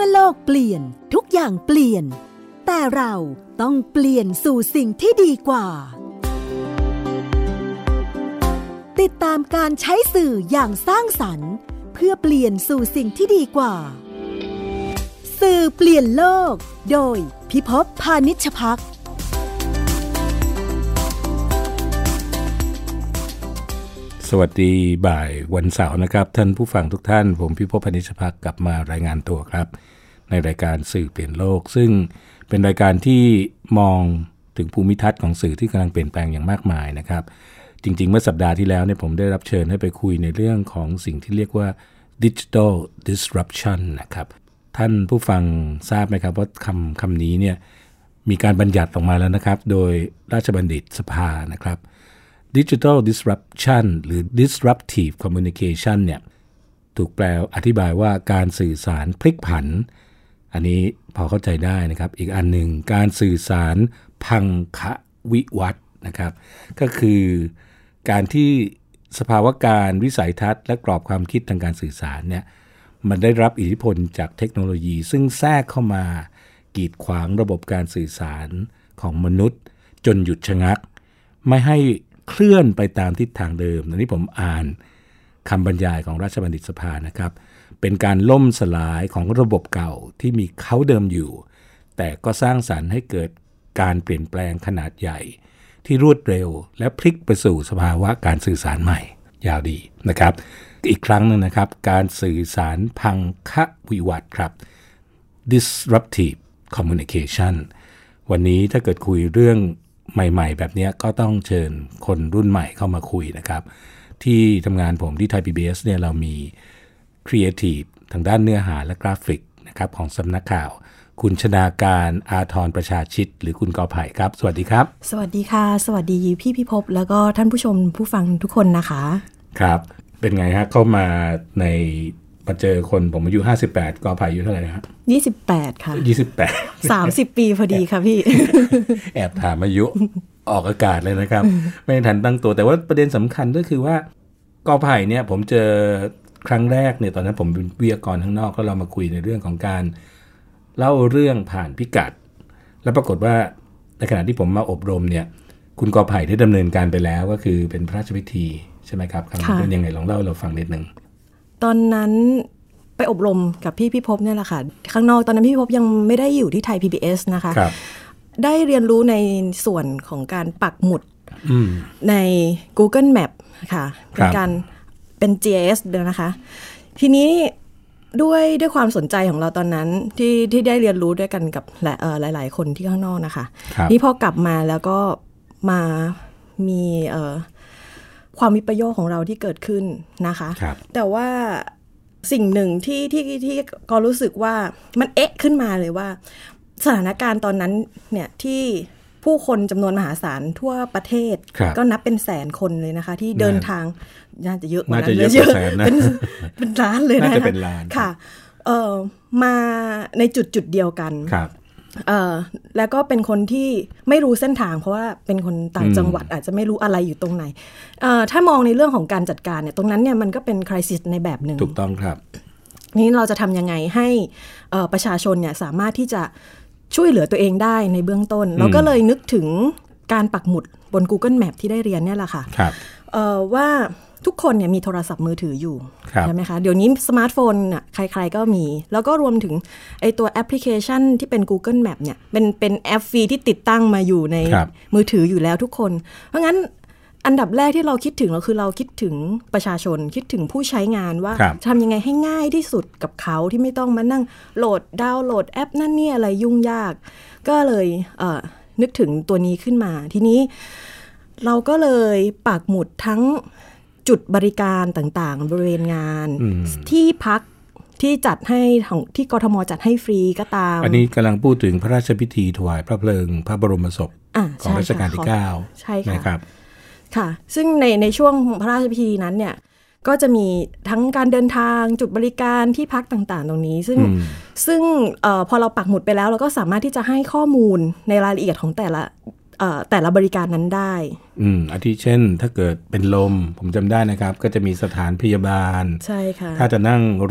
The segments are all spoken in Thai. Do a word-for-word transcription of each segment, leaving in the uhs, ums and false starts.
มื่อโลกเปลี่ยนทุกอย่างเปลี่ยนแต่เราต้องเปลี่ยนสู่สิ่งที่ดีกว่าติดตามการใช้สื่ออย่างสร้างสรรค์เพื่อเปลี่ยนสู่สิ่งที่ดีกว่าสื่อเปลี่ยนโลกโดยพิภพ พานิชภักดิ์สวัสดีบ่ายวันเสาร์นะครับท่านผู้ฟังทุกท่านผมพิภพ พานิชภักดิ์กลับมารายงานตัวครับในรายการสื่อเปลี่ยนโลกซึ่งเป็นรายการที่มองถึงภูมิทัศน์ของสื่อที่กำลังเปลี่ยนแปลงอย่างมากมายนะครับจริงๆเมื่อสัปดาห์ที่แล้วเนี่ยผมได้รับเชิญให้ไปคุยในเรื่องของสิ่งที่เรียกว่า Digital Disruption นะครับท่านผู้ฟังทราบไหมครับว่าคำคำนี้เนี่ยมีการบัญญัติออกมาแล้วนะครับโดยราชบัณฑิตสภานะครับ Digital Disruption หรือ Disruptive Communication เนี่ยถูกแปลอธิบายว่าการสื่อสารพลิกผันอันนี้พอเข้าใจได้นะครับอีกอันหนึ่งการสื่อสารพังควิวัฒน์นะครับก็คือการที่สภาวะการวิสัยทัศน์และกรอบความคิดทางการสื่อสารเนี่ยมันได้รับอิทธิพลจากเทคโนโลยีซึ่งแทรกเข้ามากีดขวางระบบการสื่อสารของมนุษย์จนหยุดชะงักไม่ให้เคลื่อนไปตามทิศทางเดิมอันนี้ผมอ่านคำบรรยายของราชบัณฑิตสภานะครับเป็นการล่มสลายของระบบเก่าที่มีเขาเดิมอยู่แต่ก็สร้างสรรค์ให้เกิดการเปลี่ยนแปลงขนาดใหญ่ที่รวดเร็วและพลิกไปสู่สภาวะการสื่อสารใหม่ยาวดีนะครับอีกครั้งนึงนะครับการสื่อสารพังควิวัฒน์ครับ disruptive communication วันนี้ถ้าเกิดคุยเรื่องใหม่ๆแบบนี้ก็ต้องเชิญคนรุ่นใหม่เข้ามาคุยนะครับที่ทำงานผมที่ไทย พี บี เอส เนี่ยเรามีครีเอทีฟทางด้านเนื้อหาและกราฟิกนะครับของสำนักข่าวคุณชนาการอาทรประชาชิตหรือคุณกอไผ่ครับสวัสดีครับสวัสดีค่ะสวัสดีพี่พิภพแล้วก็ท่านผู้ชมผู้ฟังทุกคนนะคะครับเป็นไงฮะเข้ามาในมาเจอคนผมอายุห้าสิบแปดกอไผ่อายุเท่าไหร่ฮะยี่สิบแปดค่ะยี่สิบแปดสามสิบปีพอดีค่ะพี่แอบถามอายุออกอากาศเลยนะครับไม่ทันตั้งตัวแต่ว่าประเด็นสำคัญก็คือว่ากอไผ่เนี่ยผมเจอครั้งแรกเนี่ยตอนนั้นผมเป็นวิทยากรข้างนอกแล้วเรามาคุยในเรื่องของการเล่าเรื่องผ่านพิกัดแล้วปรากฏว่าในขณะที่ผมมาอบรมเนี่ยคุณกอไผ่ได้ดำเนินการไปแล้วก็คือเป็นพระราชพิธีใช่ไหมครับครั้งนี้เป็นยังไงลองเล่าให้เราฟังนิดนึงตอนนั้นไปอบรมกับพี่พิภพเนี่ยแหละค่ะข้างนอกตอนนั้นพี่พิภพยังไม่ได้อยู่ที่ไทย พี บี เอส นะคะได้เรียนรู้ในส่วนของการปักหมุดใน Google Map ค่ะเป็นการเป็น จี ไอ เอส ด้วยนะคะทีนี้ด้วยด้วยความสนใจของเราตอนนั้นที่ที่ได้เรียนรู้ด้วยกันกับหลายหลายๆคนที่ข้างนอกนะคะนี่พอกลับมาแล้วก็มามีความวิปโยคของเราที่เกิดขึ้นนะคะแต่ว่าสิ่งหนึ่งที่ที่ที่ก็รู้สึกว่ามันเอ๊ะขึ้นมาเลยว่าสถานการณ์ตอนนั้นเนี่ยที่ผู้คนจำนวนมหาศาลทั่วประเทศก็นับเป็นแสนคนเลยนะคะที่เดินทางน่าจะเยอะกว่านั้นเลยเป็นเป็นล้านเลยนะน่าจะเป็นล้านค่ะเอ่อมาในจุดจุดเดียวกันเอ่อแล้วก็เป็นคนที่ไม่รู้เส้นทางเพราะว่าเป็นคนต่างจังหวัดอาจจะไม่รู้อะไรอยู่ตรงไหนเอ่อถ้ามองในเรื่องของการจัดการเนี่ยตรงนั้นเนี่ยมันก็เป็น crisis ในแบบหนึ่งถูกต้องครับนี้เราจะทำยังไงให้เอ่อประชาชนเนี่ยสามารถที่จะช่วยเหลือตัวเองได้ในเบื้องต้นเราก็เลยนึกถึงการปักหมุดบน Google Map ที่ได้เรียนเนี่ยแหละค่ะเอ่อว่าทุกคนเนี่ยมีโทรศัพท์มือถืออยู่ใช่ไหมคะเดี๋ยวนี้สมาร์ทโฟนน่ะใครๆก็มีแล้วก็รวมถึงไอตัวแอปพลิเคชันที่เป็น Google Map เนี่ยเป็นเป็นแอปฟรีที่ติดตั้งมาอยู่ในมือถืออยู่แล้วทุกคนเพราะงั้นอันดับแรกที่เราคิดถึงเราคือเราคิดถึงประชาชนคิดถึงผู้ใช้งานว่าทำยังไงให้ง่ายที่สุดกับเขาที่ไม่ต้องมานั่งโหลดดาวน์โหลดแอปนั่นนี่อะไรยุ่งยากก็เลยเอ่อนึกถึงตัวนี้ขึ้นมาทีนี้เราก็เลยปักหมุดทั้งจุดบริการต่างๆบริเวณงานที่พักที่จัดให้ของที่กทมจัดให้ฟรีก็ตามอันนี้กำลังพูดถึงพระราชพิธีถวายพระเพลิงพระบรมศพของรัชกาลที่เก้าใช่ค่ะนะครับค่ะซึ่งในในช่วงพระราชพิธีนั้นเนี่ยก็จะมีทั้งการเดินทางจุดบริการที่พักต่างๆตรงนี้ซึ่งซึ่งเอ่อพอเราปักหมุดไปแล้วเราก็สามารถที่จะให้ข้อมูลในรายละเอียดของแต่ละเอ่อแต่ละบริการนั้นได้อืมอาทิเช่นถ้าเกิดเป็นลมผมจำได้นะครับก็จะมีสถานพยาบาลใช่ค่ะถ้าจะนั่งรถ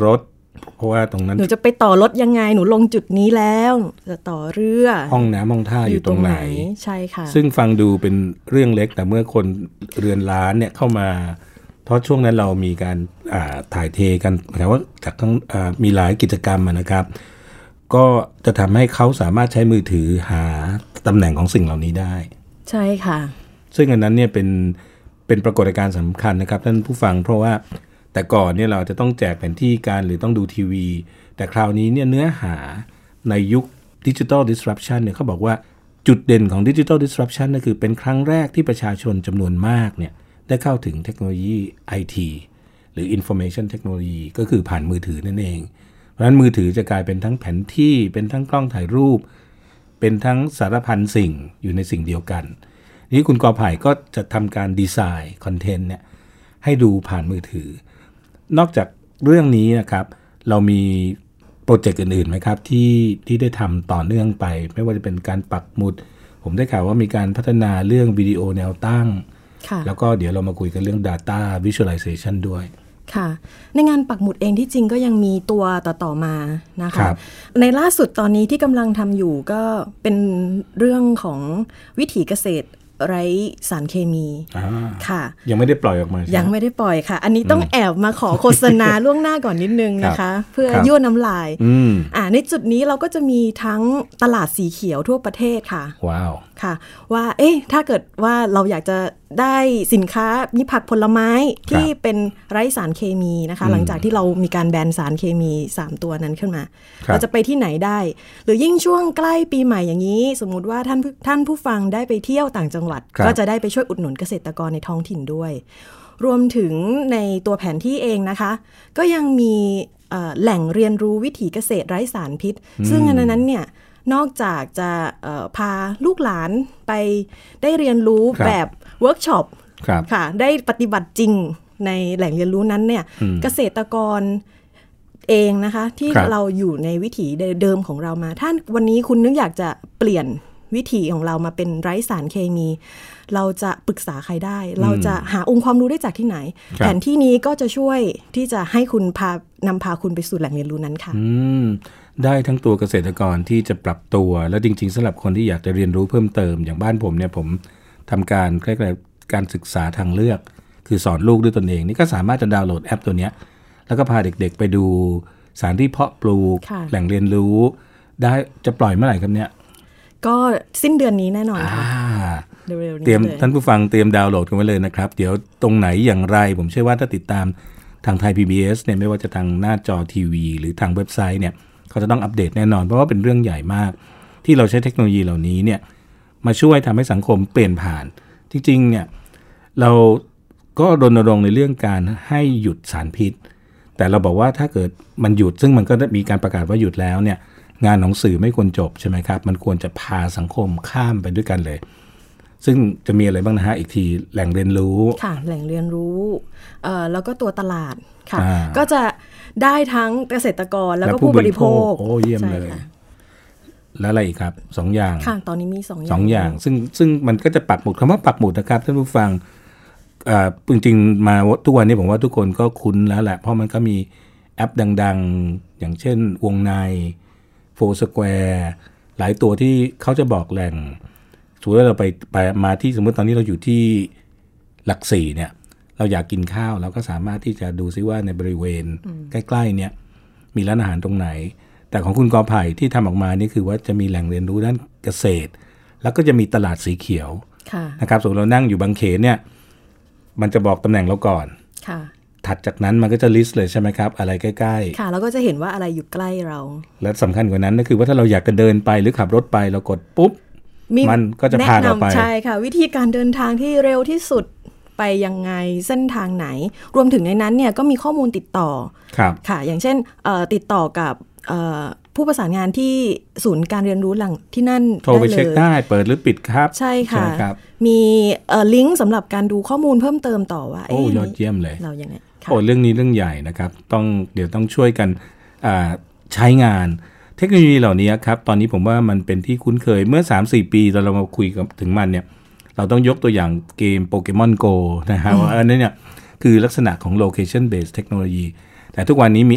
เพราะว่าตรงนั้นหนูจะไปต่อรถยังไงหนูลงจุดนี้แล้วจะต่อเรือห้องน้ำห้องท่าอยู่ตรงไหนใช่ค่ะซึ่งฟังดูเป็นเรื่องเล็กแต่เมื่อคนเรือนล้านเนี่ยเข้ามาเพราะช่วงนั้นเรามีการถ่ายเทกันหมายว่าจากทั้งมีหลายกิจกรรมนะครับก็จะทำให้เขาสามารถใช้มือถือหาตำแหน่งของสิ่งเหล่านี้ได้ใช่ค่ะซึ่งอันนั้นเนี่ยเป็นเป็นปรากฏการณ์สำคัญนะครับท่านผู้ฟังเพราะว่าแต่ก่อนเนี่ยเราจะต้องแจกแผนที่การหรือต้องดูทีวีแต่คราวนี้เนี่ยเนื้อหาในยุค Digital Disruption เนี่ยเขาบอกว่าจุดเด่นของ Digital Disruption ก็คือเป็นครั้งแรกที่ประชาชนจำนวนมากเนี่ยได้เข้าถึงเทคโนโลยี ไอ ที หรือ Information Technology ก็คือผ่านมือถือนั่นเองเพราะฉะนั้นมือถือจะกลายเป็นทั้งแผนที่เป็นทั้งกล้องถ่ายรูปเป็นทั้งสารพันสิ่งอยู่ในสิ่งเดียวกันนี่คุณกอไผ่ก็จะทำการดีไซน์คอนเทนต์เนี่ยให้ดูผ่านมือถือนอกจากเรื่องนี้นะครับเรามีโปรเจกต์อื่นๆไหมครับที่ที่ได้ทำต่อเนื่องไปไม่ว่าจะเป็นการปักหมุดผมได้ข่าวว่ามีการพัฒนาเรื่องวิดีโอแนวตั้งแล้วก็เดี๋ยวเรามาคุยกันเรื่อง Data Visualization ด้วยค่ะในงานปักหมุดเองที่จริงก็ยังมีตัวต่อๆมานะคะในล่าสุดตอนนี้ที่กำลังทำอยู่ก็เป็นเรื่องของวิถีเกษตรไร้สารเคมีค่ะยังไม่ได้ปล่อยออกมายังไม่ได้ปล่อยค่ะอันนี้ต้องแอบมาขอโฆษณาล่วงหน้าก่อนนิดนึงนะคะเพื่อยั่วน้ำลายอ่าในจุดนี้เราก็จะมีทั้งตลาดสีเขียวทั่วประเทศค่ะว้าวค่ะว่าเอ๊ะถ้าเกิดว่าเราอยากจะได้สินค้ามีผักผลไม้ที่เป็นไร้สารเคมีนะคะหลังจากที่เรามีการแบนสารเคมีสามตัวนั้นขึ้นมาเราจะไปที่ไหนได้หรือยิ่งช่วงใกล้ปีใหม่อย่างนี้สมมุติว่าท่านท่านผู้ฟังได้ไปเที่ยวต่างจังหวัดก็จะได้ไปช่วยอุดหนุนเกษตรกรในท้องถิ่นด้วยรวมถึงในตัวแผนที่เองนะคะก็ยังมีแหล่งเรียนรู้วิถีเกษตรไร้สารพิษซึ่งอันนั้นเนี่ยนอกจากจะพาลูกหลานไปได้เรียนรู้แบบเวิร์กช็อปค่ะได้ปฏิบัติจริงในแหล่งเรียนรู้นั้นเนี่ยเกษตรกรเองนะคะที่เราอยู่ในวิถีเดิมของเรามาถ้าวันนี้คุณนึกอยากจะเปลี่ยนวิถีของเรามาเป็นไร้สารเคมีเราจะปรึกษาใครได้เราจะหาองค์ความรู้ได้จากที่ไหนแผนที่นี้ก็จะช่วยที่จะให้คุณพานำพาคุณไปสู่แหล่งเรียนรู้นั้นค่ะได้ทั้งตัวเกษตรกรที่จะปรับตัวแล้วจริงๆสำหรับคนที่อยากจะเรียนรู้เพิ่มเติมอย่างบ้านผมเนี่ยผมทำการคล้ายๆการศึกษาทางเลือกคือสอนลูกด้วยตนเองนี่ก็สามารถจะดาวน์โหลดแอปตัวนี้แล้วก็พาเด็กๆไปดูสถานที่เพาะปลูกแหล่งเรียนรู้ได้จะปล่อยเมื่อไหร่ครับเนี่ยก็สิ้นเดือนนี้แน่นอนค่ะเตรียมท่านผู้ฟังเตรียมดาวน์โหลดกันไว้เลยนะครับเดี๋ยวตรงไหนอย่างไรผมเชื่อว่าถ้าติดตามทางไทย พี บี เอส เนี่ยไม่ว่าจะทางหน้าจอทีวีหรือทางเว็บไซต์เนี่ยเขาจะต้องอัปเดตแน่นอนเพราะว่าเป็นเรื่องใหญ่มากที่เราใช้เทคโนโลยีเหล่านี้เนี่ยมาช่วยทำให้สังคมเปลี่ยนผ่านจริงๆเนี่ยเราก็รณรงค์ในเรื่องการให้หยุดสารพิษแต่เราบอกว่าถ้าเกิดมันหยุดซึ่งมันก็มีการประกาศว่าหยุดแล้วเนี่ยงานของสื่อไม่ควรจบใช่ไหมครับมันควรจะพาสังคมข้ามไปด้วยกันเลยซึ่งจะมีอะไรบ้างนะฮะอีกทีแหล่งเรียนรู้ค่ะแหล่งเรียนรู้เอ่อแล้วก็ตัวตลาดค่ะก็จะได้ทั้งเกษตรกรแล้วก็ผู้บริโภคโอ้เยี่ยมเลยแล้วอะไรอีกครับสองอย่างค่ะตอนนี้มีสองอย่างสองอย่างซึ่งซึ่งมันก็จะปักหมุดคำว่าปักหมุดนะครับท่านผู้ฟังอ่าจริงๆมาทุกวันนี้ผมว่าทุกคนก็คุ้นแล้วแหละเพราะมันก็มีแอปดังๆอย่างเช่นวงในโฟร์สแควร์หลายตัวที่เขาจะบอกแหล่งสมมติว่าเราไปไปมาที่สมมติตอนนี้เราอยู่ที่หลักสี่เนี่ยเราอยากกินข้าวเราก็สามารถที่จะดูซิว่าในบริเวณใกล้ๆเนี่ยมีร้านอาหารตรงไหนแต่ของคุณกอไผ่ที่ทำออกมานี่คือว่าจะมีแหล่งเรียนรู้ด้านเกษตรแล้วก็จะมีตลาดสีเขียวนะครับสมมติเรานั่งอยู่บางเขนเนี่ยมันจะบอกตำแหน่งเราก่อนถัดจากนั้นมันก็จะลิสต์เลยใช่ไหมครับอะไรใกล้ๆค่ะแล้วก็จะเห็นว่าอะไรอยู่ใกล้เราและสำคัญกว่านั้นก็คือว่าถ้าเราอยากจะเดินไปหรือขับรถไปเรากดปุ๊บมันก็จะพาเราไปใช่ค่ะวิธีการเดินทางที่เร็วที่สุดไปยังไงเส้นทางไหนรวมถึงในนั้นเนี่ยก็มีข้อมูลติดต่อค่ะอย่างเช่นติดต่อกับผู้ประสานงานที่ศูนย์การเรียนรู้หลังที่นั่นโทรไปเช็คได้เปิดหรือปิดครับใช่ค่ะมีลิงก์สำหรับการดูข้อมูลเพิ่มเติมต่อว่าโอ้ยอดเยี่ยมเลยเรายังไงโอ้เรื่องนี้เรื่องใหญ่นะครับต้องเดี๋ยวต้องช่วยกันใช้งานเทคโนโลยีเหล่านี้ครับตอนนี้ผมว่ามันเป็นที่คุ้นเคยเมื่อ สามถึงสี่ ปีตอนเรามาคุยกับถึงมันเนี่ยเราต้องยกตัวอย่างเกม Pokemon Go นะฮะว่าอันนี้เนี่ยคือลักษณะของ location based technology แต่ทุกวันนี้มีแอป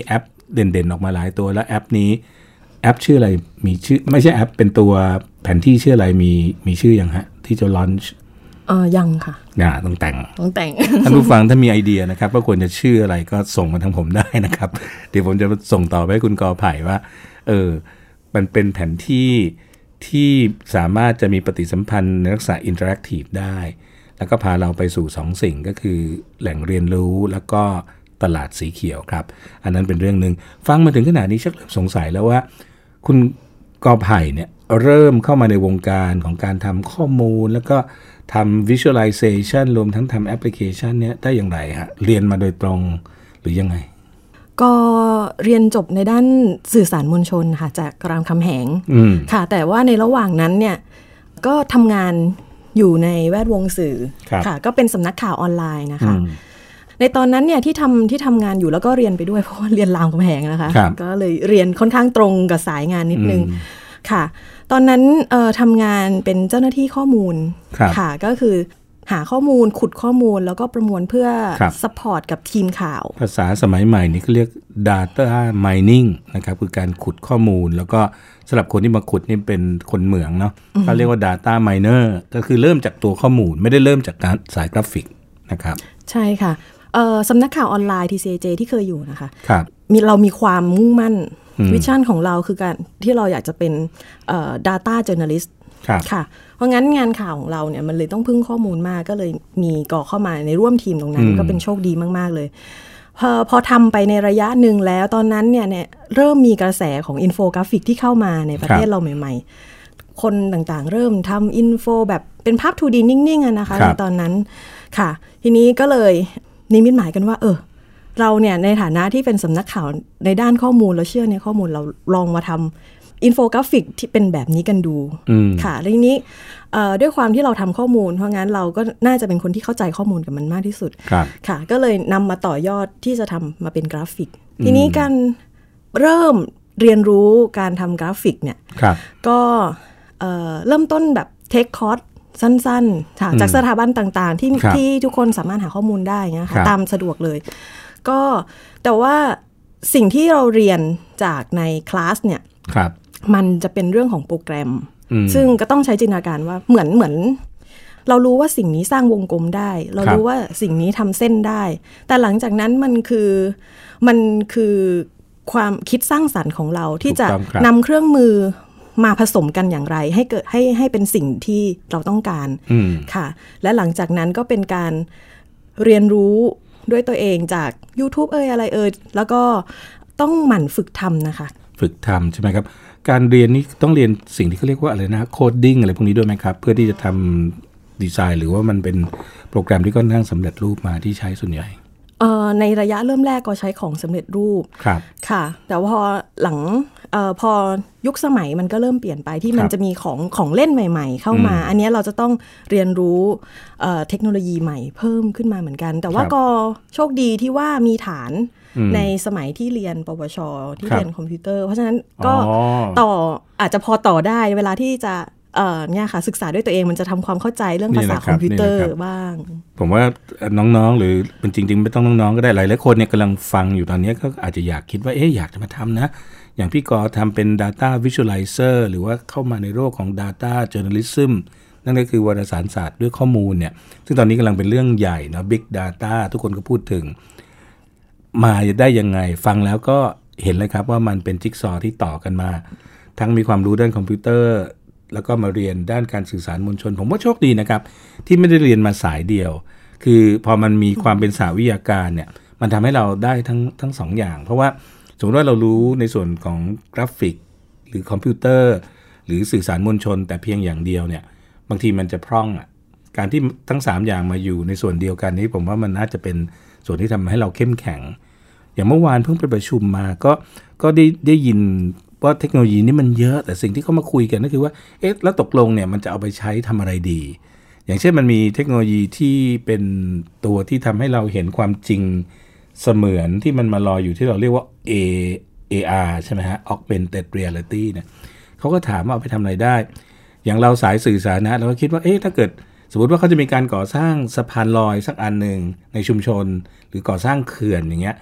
เด่นๆออกมาหลายตัวแล้วแอปนี้แอปชื่ออะไรมีชื่อไม่ใช่แอปเป็นตัวแผนที่ชื่ออะไรมีมีชื่อยังฮะที่จะลอนช์เออยังค่ะอ่าต้องแต่งต้องแต่งท่านผู้ฟังถ้ามีไอเดียนะครับว่าควรจะชื่ออะไรก็ส่งมาทางผมได้นะครับเดี๋ยวผมจะส่งต่อไปให้คุณกอไผ่ว่าเออมันเป็นแผนที่ที่สามารถจะมีปฏิสัมพันธ์ในลักษณะอินเทอร์แอคทีฟได้แล้วก็พาเราไปสู่สองสิ่งก็คือแหล่งเรียนรู้แล้วก็ตลาดสีเขียวครับอันนั้นเป็นเรื่องนึงฟังมาถึงขนาดนี้ชักเริ่มสงสัยแล้วว่าคุณกอไผ่เนี่ยเริ่มเข้ามาในวงการของการทำข้อมูลแล้วก็ทำ visualization รวมทั้งทำแอปพลิเคชันเนี้ยได้อย่างไรฮะเรียนมาโดยตรงหรือยังไงก็เรียนจบในด้านสื่อสารมวลชนค่ะจากรามคำแหงค่ะแต่ว่าในระหว่างนั้นเนี่ยก็ทำงานอยู่ในแวดวงสื่อค่ะก็เป็นสำนักข่าวออนไลน์นะคะในตอนนั้นเนี่ยที่ทำที่ทำงานอยู่แล้วก็เรียนไปด้วยเพราะว่าเรียนรามคำแหงนะคะก็เลยเรียนค่อนข้างตรงกับสายงานนิดนึงค่ะตอนนั้นเอ่อทำงานเป็นเจ้าหน้าที่ข้อมูลค่ะก็คือหาข้อมูลขุดข้อมูลแล้วก็ประมวลเพื่อซัพพอร์ตกับทีมข่าวภาษาสมัยใหม่นี่ก็เรียก data mining นะครับคือการขุดข้อมูลแล้วก็สำหรับคนที่มาขุดนี่เป็นคนเหมืองเนาะเขาเรียกว่า data miner ก็คือเริ่มจากตัวข้อมูลไม่ได้เริ่มจากการสายกราฟิกนะครับใช่ค่ะเอ่อสำนักข่าวออนไลน์ ที ซี เอ เจ ที่เคยอยู่นะคะครับมีเรามีความมุ่งมั่นวิชั่นของเราคือการที่เราอยากจะเป็นเอ่อ data journalist ค่ะเพราะงั้นงานข่าวของเราเนี่ยมันเลยต้องพึ่งข้อมูลมากก็เลยมีก่อเข้ามาในร่วมทีมตรงนั้นก็เป็นโชคดีมากๆเลยพอพอทำไปในระยะหนึ่งแล้วตอนนั้นเนี่ยเนี่ยเริ่มมีกระแสของอินโฟกราฟิกที่เข้ามาในประเทศเราใหม่ๆคนต่างๆเริ่มทำอินโฟแบบเป็นภาพ ทู ดี นิ่งๆนะคะในตอนนั้นค่ะทีนี้ก็เลยนิมิตหมายกันว่าเออเราเนี่ยในฐานะที่เป็นสำนักข่าวในด้านข้อมูลเราเชื่อในข้อมูลเราลองมาทำอินโฟกราฟิกที่เป็นแบบนี้กันดูค่ะแล้วทีนี้ด้วยความที่เราทำข้อมูลเพราะงั้นเราก็น่าจะเป็นคนที่เข้าใจข้อมูลกับมันมากที่สุดค่ะก็เลยนำมาต่อยอดที่จะทำมาเป็นกราฟิกทีนี้การเริ่มเรียนรู้การทำกราฟิกเนี่ยก็เริ่มต้นแบบเทคคอร์สสั้นๆจากสถาบันต่างๆที่ที่ทุกคนสามารถหาข้อมูลได้นะคะตามสะดวกเลยก็แต่ว่าสิ่งที่เราเรียนจากในคลาสเนี่ยมันจะเป็นเรื่องของโปรแกรมซึ่งก็ต้องใช้จินตนาการว่าเหมือนเหมือนเรารู้ว่าสิ่งนี้สร้างวงกลมได้เรารู้ว่าสิ่งนี้ทำเส้นได้แต่หลังจากนั้นมันคือมันคือความคิดสร้างสรรค์ของเราที่จะนำเครื่องมือมาผสมกันอย่างไรให้เกิดให้ให้เป็นสิ่งที่เราต้องการค่ะและหลังจากนั้นก็เป็นการเรียนรู้ด้วยตัวเองจาก YouTube เอ่ยอะไรเอ่ยแล้วก็ต้องหมั่นฝึกทำนะคะฝึกทำใช่ไหมครับการเรียนนี้ต้องเรียนสิ่งที่เขาเรียกว่าอะไรนะโคดดิ้งอะไรพวกนี้ด้วยไหมครับเพื่อที่จะทำดีไซน์หรือว่ามันเป็นโปรแกรมที่ค่อนข้างสำเร็จรูปมาที่ใช้ส่วนใหญ่ในระยะเริ่มแรกก็ใช้ของสำเร็จรูปค่ะแต่พอหลังออพอยุคสมัยมันก็เริ่มเปลี่ยนไปที่มันจะมีของของเล่นใหม่ๆเข้ามาอันนี้เราจะต้องเรียนรู้เทคโนโลยีใหม่เพิ่มขึ้นมาเหมือนกันแต่ว่าก็โชคดีที่ว่ามีฐานในสมัยที่เรียนปวชที่เรียนคอมพิวเตอร์เพราะฉะนั้นก็ต่ออาจจะพอต่อได้เวลาที่จะเอ่อเนี่ยค่ะศึกษาด้วยตัวเองมันจะทำความเข้าใจเรื่องภาษาคอมพิวเตอร์บ้างผมว่าน้องๆหรือเป็นจริงๆไม่ต้องน้องๆก็ได้หลายๆคนเนี่ยกำลังฟังอยู่ตอนนี้ก็อาจจะอยากคิดว่าเอ๊ะอยากจะมาทำนะอย่างพี่กอทำเป็น data visualizer หรือว่าเข้ามาในโลกของ data journalism นั่นก็คือวารสารศาสตร์ด้วยข้อมูลเนี่ยซึ่งตอนนี้กำลังเป็นเรื่องใหญ่นะ big data ทุกคนก็พูดถึงมาได้ยังไงฟังแล้วก็เห็นเลยครับว่ามันเป็นจิ๊กซอว์ที่ต่อกันมาทั้งมีความรู้ด้านคอมพิวเตอร์แล้วก็มาเรียนด้านการสื่อสารมวลชนผมว่าโชคดีนะครับที่ไม่ได้เรียนมาสายเดียวคือพอมันมีความเป็นสายวิทยาการเนี่ยมันทำให้เราได้ทั้งทั้งสองอย่างเพราะว่าสมมติว่าเรารู้ในส่วนของกราฟิกหรือคอมพิวเตอร์หรือสื่อสารมวลชนแต่เพียงอย่างเดียวเนี่ยบางทีมันจะพร่องอ่ะการที่ทั้งสามอย่างมาอยู่ในส่วนเดียวกันนี้ผมว่ามันน่าจะเป็นส่วนที่ทำให้เราเข้มแข็งอย่างเมื่อวานเพิ่งไปประชุมมาก็ก็ได้ได้ยินว่าเทคโนโลยีนี่มันเยอะแต่สิ่งที่เขามาคุยกันก็คือว่าเอ๊ะแล้วตกลงเนี่ยมันจะเอาไปใช้ทำอะไรดีอย่างเช่นมันมีเทคโนโลยีที่เป็นตัวที่ทำให้เราเห็นความจริงเสมือนที่มันมารออยู่ที่เราเรียกว่า A เอ อาร์ ใช่ไหมฮะ Augmented Reality เนี่ยเขาก็ถามว่าเอาไปทำอะไรได้อย่างเราสายสื่อสารนะเราก็คิดว่าเอ๊ะถ้าเกิดสมมติว่าเขาจะมีการก่อสร้างสะพานลอยสักอันหนึ่งในชุมชนหรือก่อสร้างเขื่อนอย่างเงี้ย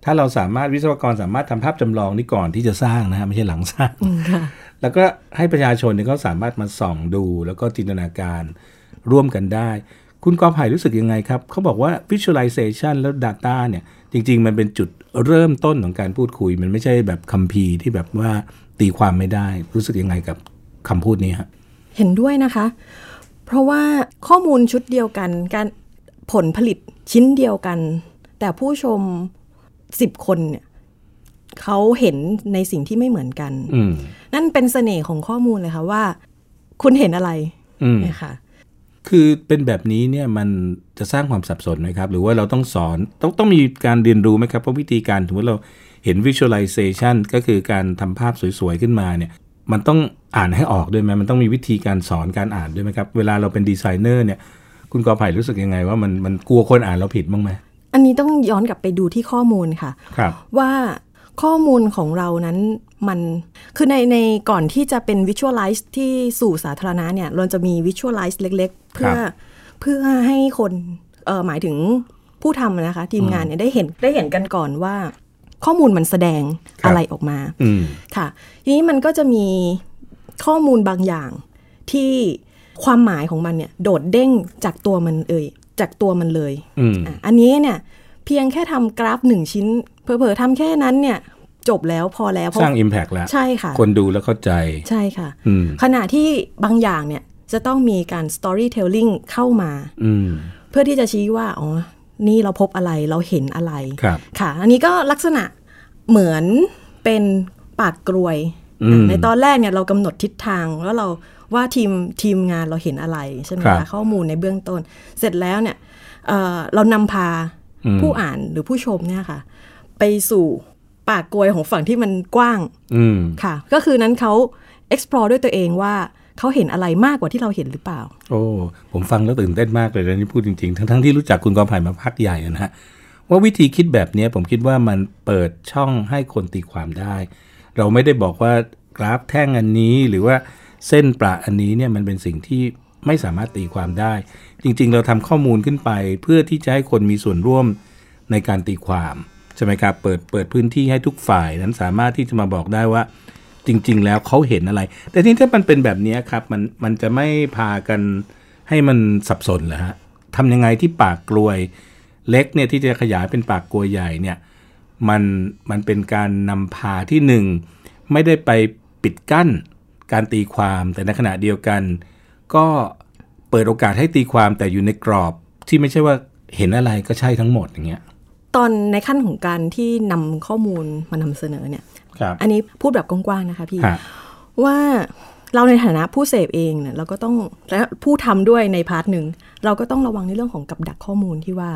ถ้าเราสามารถวิศวกรสามารถทำภาพจำลองนี่ก่อนที่จะสร้างนะฮะไม่ใช่หลังสร้างแล้วก็ให้ประชาชนเนี่ยเขาสามารถมาส่องดูแล้วก็จินตนาการร่วมกันได้คุณกอไผ่รู้สึกยังไงครับเขาบอกว่า visualization แล้ว data เนี่ยจริงๆมันเป็นจุดเริ่มต้นของการพูดคุยมันไม่ใช่แบบคัมภีร์ที่แบบว่าตีความไม่ได้รู้สึกยังไงกับคำพูดนี้ฮะเห็นด้วยนะคะเพราะว่าข้อมูลชุดเดียวกันการผลผลิตชิ้นเดียวกันแต่ผู้ชมสิบคนเนี่ยเขาเห็นในสิ่งที่ไม่เหมือนกันนั่นเป็นเสน่ห์ของข้อมูลเลยค่ะว่าคุณเห็นอะไรนะคะคือเป็นแบบนี้เนี่ยมันจะสร้างความสับสนไหมครับหรือว่าเราต้องสอนต้องต้องมีการเรียนรู้ไหมครับเพราะวิธีการถือว่าเราเห็น visualization ก็คือการทำภาพสวยๆขึ้นมาเนี่ยมันต้องอ่านให้ออกด้วยไหมมันต้องมีวิธีการสอนการอ่านด้วยไหมครับเวลาเราเป็นดีไซเนอร์เนี่ยคุณกอไผ่รู้สึกยังไงว่ามันมันกลัวคนอ่านเราผิดบ้างไหมอันนี้ต้องย้อนกลับไปดูที่ข้อมูลค่ะว่าข้อมูลของเรานั้นมันคือในในก่อนที่จะเป็น visualize ที่สู่สาธารณะเนี่ยเราจะมี visualize เล็กๆเพื่อเพื่อให้คนเอ่อหมายถึงผู้ทำนะคะทีมงานเนี่ยได้เห็นได้เห็นกันก่อนว่าข้อมูลมันแสดงอะไรออกมาค่ะทีนี้มันก็จะมีข้อมูลบางอย่างที่ความหมายของมันเนี่ยโดดเด้งจากตัวมันเอ่ยจากตัวมันเลยอ่ะอันนี้เนี่ยเพียงแค่ทำกราฟหนึ่งชิ้นเผลอๆทำแค่นั้นเนี่ยจบแล้วพอแล้วสร้าง impact แล้วใช่ค่ะคนดูแล้วเข้าใจใช่ค่ะขณะที่บางอย่างเนี่ยจะต้องมีการ storytelling เข้ามาเพื่อที่จะชี้ว่าอ๋อนี่เราพบอะไรเราเห็นอะไรค่ะอันนี้ก็ลักษณะเหมือนเป็นปากกรวยในตอนแรกเนี่ยเรากำหนดทิศทางแล้วเราว่าทีมทีมงานเราเห็นอะไรใช่ไหมคะข้อมูลในเบื้องต้นเสร็จแล้วเนี่ย เอ่อ เรานำพาผู้อ่านหรือผู้ชมเนี่ยค่ะไปสู่ปากกรวยของฝั่งที่มันกว้างค่ะก็คือนั้นเขา explore ด้วยตัวเองว่าเขาเห็นอะไรมากกว่าที่เราเห็นหรือเปล่าโอ้ผมฟังแล้วตื่นเต้นมากเลยนะนี่พูดจริงๆทั้งๆที่รู้จักคุณกอไผ่มาพักใหญ่นะฮะว่าวิธีคิดแบบนี้ผมคิดว่ามันเปิดช่องให้คนตีความได้เราไม่ได้บอกว่ากราฟแท่งอันนี้หรือว่าเส้นประอันนี้เนี่ยมันเป็นสิ่งที่ไม่สามารถตีความได้จริงๆเราทำข้อมูลขึ้นไปเพื่อที่จะให้คนมีส่วนร่วมในการตีความใช่ไหมครับเปิดเปิดพื้นที่ให้ทุกฝ่ายนั้นสามารถที่จะมาบอกได้ว่าจริงๆแล้วเขาเห็นอะไรแต่ที่ถ้ามันเป็นแบบนี้ครับมันมันจะไม่พากันให้มันสับสนเหรอฮะทำยังไงที่ปากกรวยเล็กเนี่ยที่จะขยายเป็นปากกรวยใหญ่เนี่ยมันมันเป็นการนำพาที่หนึ่งไม่ได้ไปปิดกั้นการตีความแต่ในขณะเดียวกันก็เปิดโอกาสให้ตีความแต่อยู่ในกรอบที่ไม่ใช่ว่าเห็นอะไรก็ใช่ทั้งหมดอย่างเงี้ยตอนในขั้นของการที่นำข้อมูลมานำเสนอเนี่ยอันนี้พูดแบบกว้างๆนะคะพี่ว่าเราในฐานะผู้เสพเองเนี่ยเราก็ต้องและผู้ทำด้วยในพาร์ทหนึ่งเราก็ต้องระวังในเรื่องของกับดักข้อมูลที่ว่า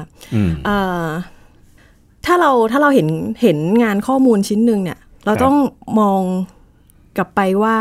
ถ้าเราถ้าเราเห็นเห็นงานข้อมูลชิ้นหนึ่งเนี่ยเราต้องมองกลับไปว่า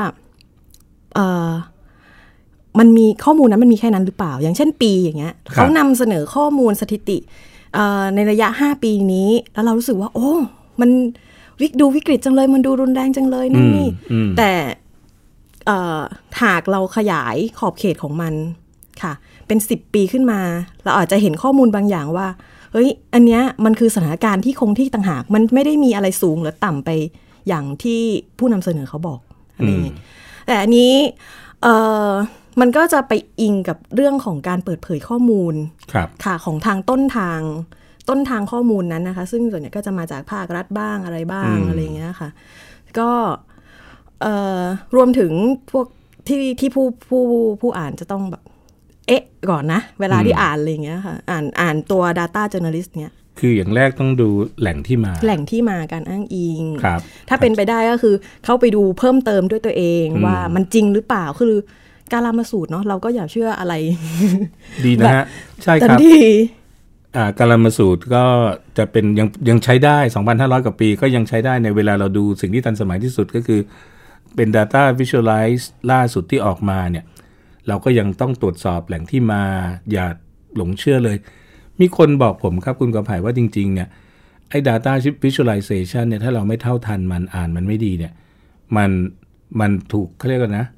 มันมีข้อมูลนั้นมันมีแค่นั้นหรือเปล่าอย่างเช่นปีอย่างเงี้ยเขานำเสนอข้อมูลสถิติในระยะห้าปีนี้แล้วเรารู้สึกว่าโอ้มันวิกดูวิกฤตจังเลยมันดูรุนแรงจังเลยนั่นนี่แต่หากเราขยายขอบเขตของมันค่ะเป็นสิบปีขึ้นมาเราอาจจะเห็นข้อมูลบางอย่างว่าเฮ้ยอันเนี้ยมันคือสถานการณ์ที่คงที่ต่างหากมันไม่ได้มีอะไรสูงหรือต่ำไปอย่างที่ผู้นำเสนอเขาบอกอะไรอย่างนี้แต่อันนี้มันก็จะไปอิงกับเรื่องของการเปิดเผยข้อมูลค่ะของทางต้นทางต้นทางข้อมูลนั้นนะคะซึ่งส่วนใหญ่ก็จะมาจากภาครัฐบ้างอะไรบ้างอะไรอย่างเงี้ยค่ะก็รวมถึงพวกที่ที่ผู้ผู้ผู้อ่านจะต้องแบบเอ๊ะก่อนนะเวลาที่อ่านอะไรอย่างเงี้ยค่ะอ่านอ่านตัว data journalist เนี้ยคืออย่างแรกต้องดูแหล่งที่มาแหล่งที่มาการอ้างอิงถ้าเป็นไปได้ก็คือเข้าไปดูเพิ่มเติมด้วยตัวเองว่ามันจริงหรือเปล่าคือการลามาสูตรเนาะเราก็อย่าเชื่ออะไรดีนะฮะใช่ครับการามาสูตรก็จะเป็นยังยังใช้ได้ สองพันห้าร้อย กว่าปีก็ยังใช้ได้ในเวลาเราดูสิ่งที่ทันสมัยที่สุดก็คือเป็น data visualize ล่าสุดที่ออกมาเนี่ยเราก็ยังต้องตรวจสอบแหล่งที่มาอย่าหลงเชื่อเลยมีคนบอกผมครับคุณกอไผ่ว่าจริงๆเนี่ยไอ้ data visualization เนี่ยถ้าเราไม่เท่าทันมันอ่านมันไม่ดีเนี่ยมันมันถูกเขาเรียกกันนะ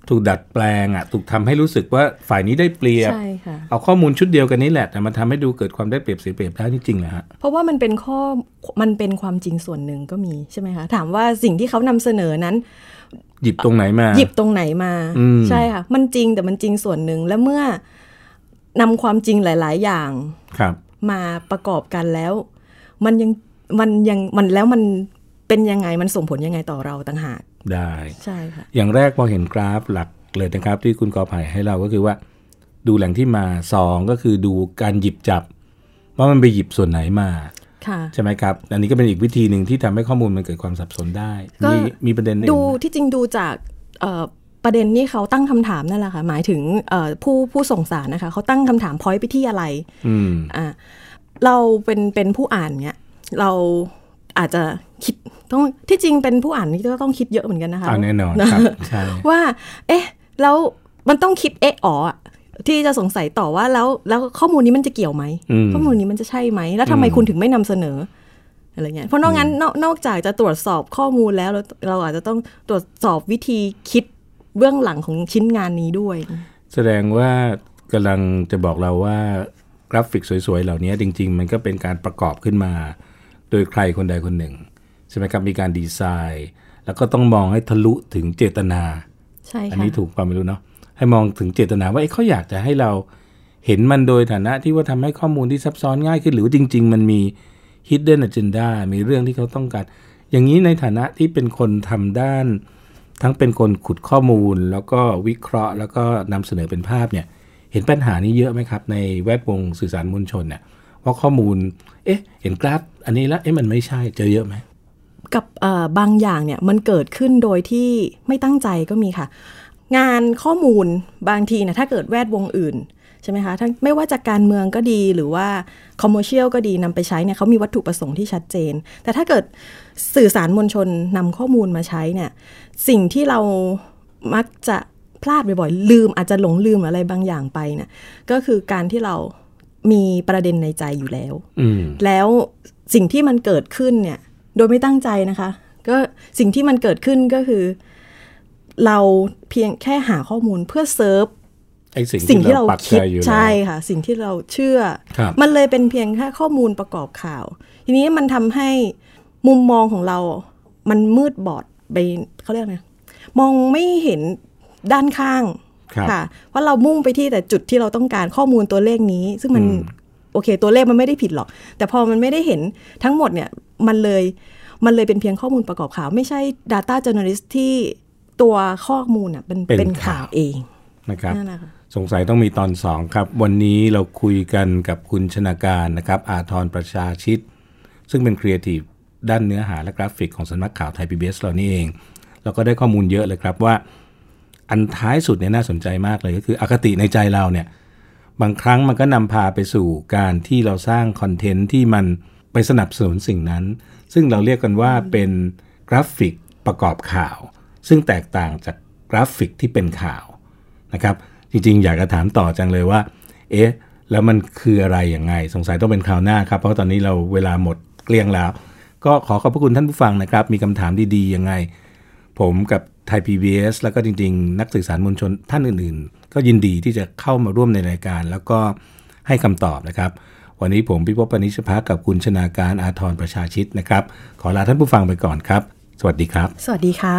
ถูกดัดแปลงอ่ะถูกทำให้รู้สึกว่าฝ่ายนี้ได้เปรียบใช่ค่ะเอาข้อมูลชุดเดียวกันนี้แหละแต่มันทำให้ดูเกิดความได้เปรียบเสียเปรียบได้จริงๆเหรอฮะเพราะว่ามันเป็นข้อมันเป็นความจริงส่วนหนึ่งก็มีใช่ไหมคะถามว่าสิ่งที่เขานำเสนอนั้นหยิบตรงไหนมาหยิบตรงไหนมาใช่ค่ะมันจริงแต่มันจริงส่วนหนึ่งและเมื่อนำความจริงหลายๆอย่างมาประกอบกันแล้วมันยังมันยังมันแล้วมันเป็นยังไงมันส่งผลยังไงต่อเราต่างหากได้ใช่ค่ะอย่างแรกพอเห็นกราฟหลักเลยนะครับที่คุณกอไผ่ให้เราก็คือว่าดูแหล่งที่มาสองก็คือดูการหยิบจับว่ามันไปหยิบส่วนไหนมาใช่ไหมครับอันนี้ก็เป็นอีกวิธีหนึ่งที่ทำให้ข้อมูลมันเกิดความสับสนได้มีมีประเด็นดูที่จริงดูจากประเด็นนี้เขาตั้งคำถามนั่นแหละค่ะหมายถึงผู้ผู้ส่งสารนะคะเขาตั้งคำถามพอยต์ไปที่อะไรอ่าเราเป็นเป็นผู้อ่านเนี้ยเราอาจจะคิดต้องที่จริงเป็นผู้อ่านนี่ก็ต้องคิดเยอะเหมือนกันนะคะแน่นอนครับใช่ว่าเอ๊ะแล้วมันต้องคิดเอ๊ะอ๋อที่จะสงสัยต่อว่าแล้วแล้วข้อมูลนี้มันจะเกี่ยวไหมข้อมูลนี้มันจะใช่ไหมแล้วทำไมคุณถึงไม่นำเสนออะไรเงี้ยเพราะนอกนั้นนอกนอกจากจะตรวจสอบข้อมูลแล้วเราอาจจะต้องตรวจสอบวิธีคิดเบื้องหลังของชิ้นงานนี้ด้วยแสดงว่ากำลังจะบอกเราว่ากราฟิกสวยๆเหล่านี้จริงๆมันก็เป็นการประกอบขึ้นมาโดยใครคนใดคนหนึ่งใช่ไหมครับมีการดีไซน์แล้วก็ต้องมองให้ทะลุถึงเจตนาใช่ค่ะอันนี้ถูกความไม่รู้เนาะให้มองถึงเจตนาว่าเขาอยากจะให้เราเห็นมันโดยฐานะที่ว่าทำให้ข้อมูลที่ซับซ้อนง่ายขึ้นหรือจริงๆมันมี hidden agenda มีเรื่องที่เขาต้องการอย่างนี้ในฐานะที่เป็นคนทำด้านทั้งเป็นคนขุดข้อมูลแล้วก็วิเคราะห์แล้วก็นำเสนอเป็นภาพเนี่ยเห็นปัญหานี้เยอะไหมครับในแวดวงสื่อสารมวลชนเนี่ยว่าข้อมูลเอ๊ะเห็นกราฟอันนี้แล้วเอ๊ะมันไม่ใช่เจอเยอะไหมกับบางอย่างเนี่ยมันเกิดขึ้นโดยที่ไม่ตั้งใจก็มีค่ะงานข้อมูลบางทีนะถ้าเกิดแวดวงอื่นใช่ไหมคะทั้งไม่ว่าจากการเมืองก็ดีหรือว่าคอมเมอร์เชียลก็ดีนำไปใช้เนี่ยเขามีวัตถุประสงค์ที่ชัดเจนแต่ถ้าเกิดสื่อสารมวลชนนำข้อมูลมาใช้เนี่ยสิ่งที่เรามักจะพลาดบ่อยๆลืมอาจจะหลงลืมอะไรบางอย่างไปเนี่ยก็คือการที่เรามีประเด็นในใจอยู่แล้วแล้วสิ่งที่มันเกิดขึ้นเนี่ยโดยไม่ตั้งใจนะคะก็สิ่งที่มันเกิดขึ้นก็คือเราเพียงแค่หาข้อมูลเพื่อเซิร์ฟสิ่งที่เราคิดใช่ค่ะสิ่งที่เราเชื่อมันเลยเป็นเพียงแค่ข้อมูลประกอบข่าวทีนี้มันทำให้มุมมองของเรามันมืดบอดไปเขาเรียกไงมองไม่เห็นด้านข้างค่ะเพราะเรามุ่งไปที่แต่จุดที่เราต้องการข้อมูลตัวเลขนี้ซึ่งมันโอเคตัวเลขมันไม่ได้ผิดหรอกแต่พอมันไม่ได้เห็นทั้งหมดเนี่ยมันเลยมันเลยเป็นเพียงข้อมูลประกอบข่าวไม่ใช่ data journalist ที่ตัวข้อมูลอ่ะเป็นเป็นข่าวเองนะครับสงสัยต้องมีตอนสองครับวันนี้เราคุยกันกับคุณชนาการนะครับอาทรประชาชิตซึ่งเป็นครีเอทีฟด้านเนื้อหาและกราฟิกของสำนักข่าวไทย พี บี เอส เรานี่เองเราก็ได้ข้อมูลเยอะเลยครับว่าอันท้ายสุดเนี่ยน่าสนใจมากเลยก็คืออคติในใจเราเนี่ยบางครั้งมันก็นำพาไปสู่การที่เราสร้างคอนเทนต์ที่มันไปสนับสนุนสิ่งนั้นซึ่งเราเรียกกันว่าเป็นกราฟิกประกอบข่าวซึ่งแตกต่างจากกราฟิกที่เป็นข่าวนะครับจริงๆอยากจะถามต่อจังเลยว่าเอ๊ะแล้วมันคืออะไรยังไงสงสัยต้องเป็นคราวหน้าครับเพราะตอนนี้เราเวลาหมดเกลี้ยงแล้วก็ขอขอบพระคุณท่านผู้ฟังนะครับมีคำถามดีๆยังไงผมกับไทย พี บี เอส แล้วก็จริงๆนักสื่อสารมวลชนท่านอื่นๆก็ยินดีที่จะเข้ามาร่วมในรายการแล้วก็ให้คำตอบนะครับวันนี้ผมพิภพ พนิชภักกับคุณชนาการอาทรประชาชิตนะครับขอลาท่านผู้ฟังไปก่อนครับสวัสดีครับสวัสดีค่ะ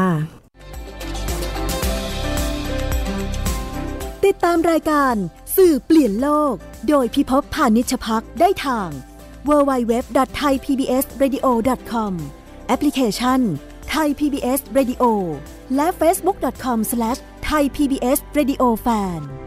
ติดตามรายการสื่อเปลี่ยนโลกโดยพิภพ พานิชภักได้ทาง ดับเบิลยู ดับเบิลยู ดับเบิลยู ดอท ไทย พี บี เอส เรดิโอ ดอท คอม แอปพลิเคชัน Thai พี บี เอส Radio และ เฟซบุ๊ก ดอท คอม สแลช ไทย พี บี เอส Radio Fan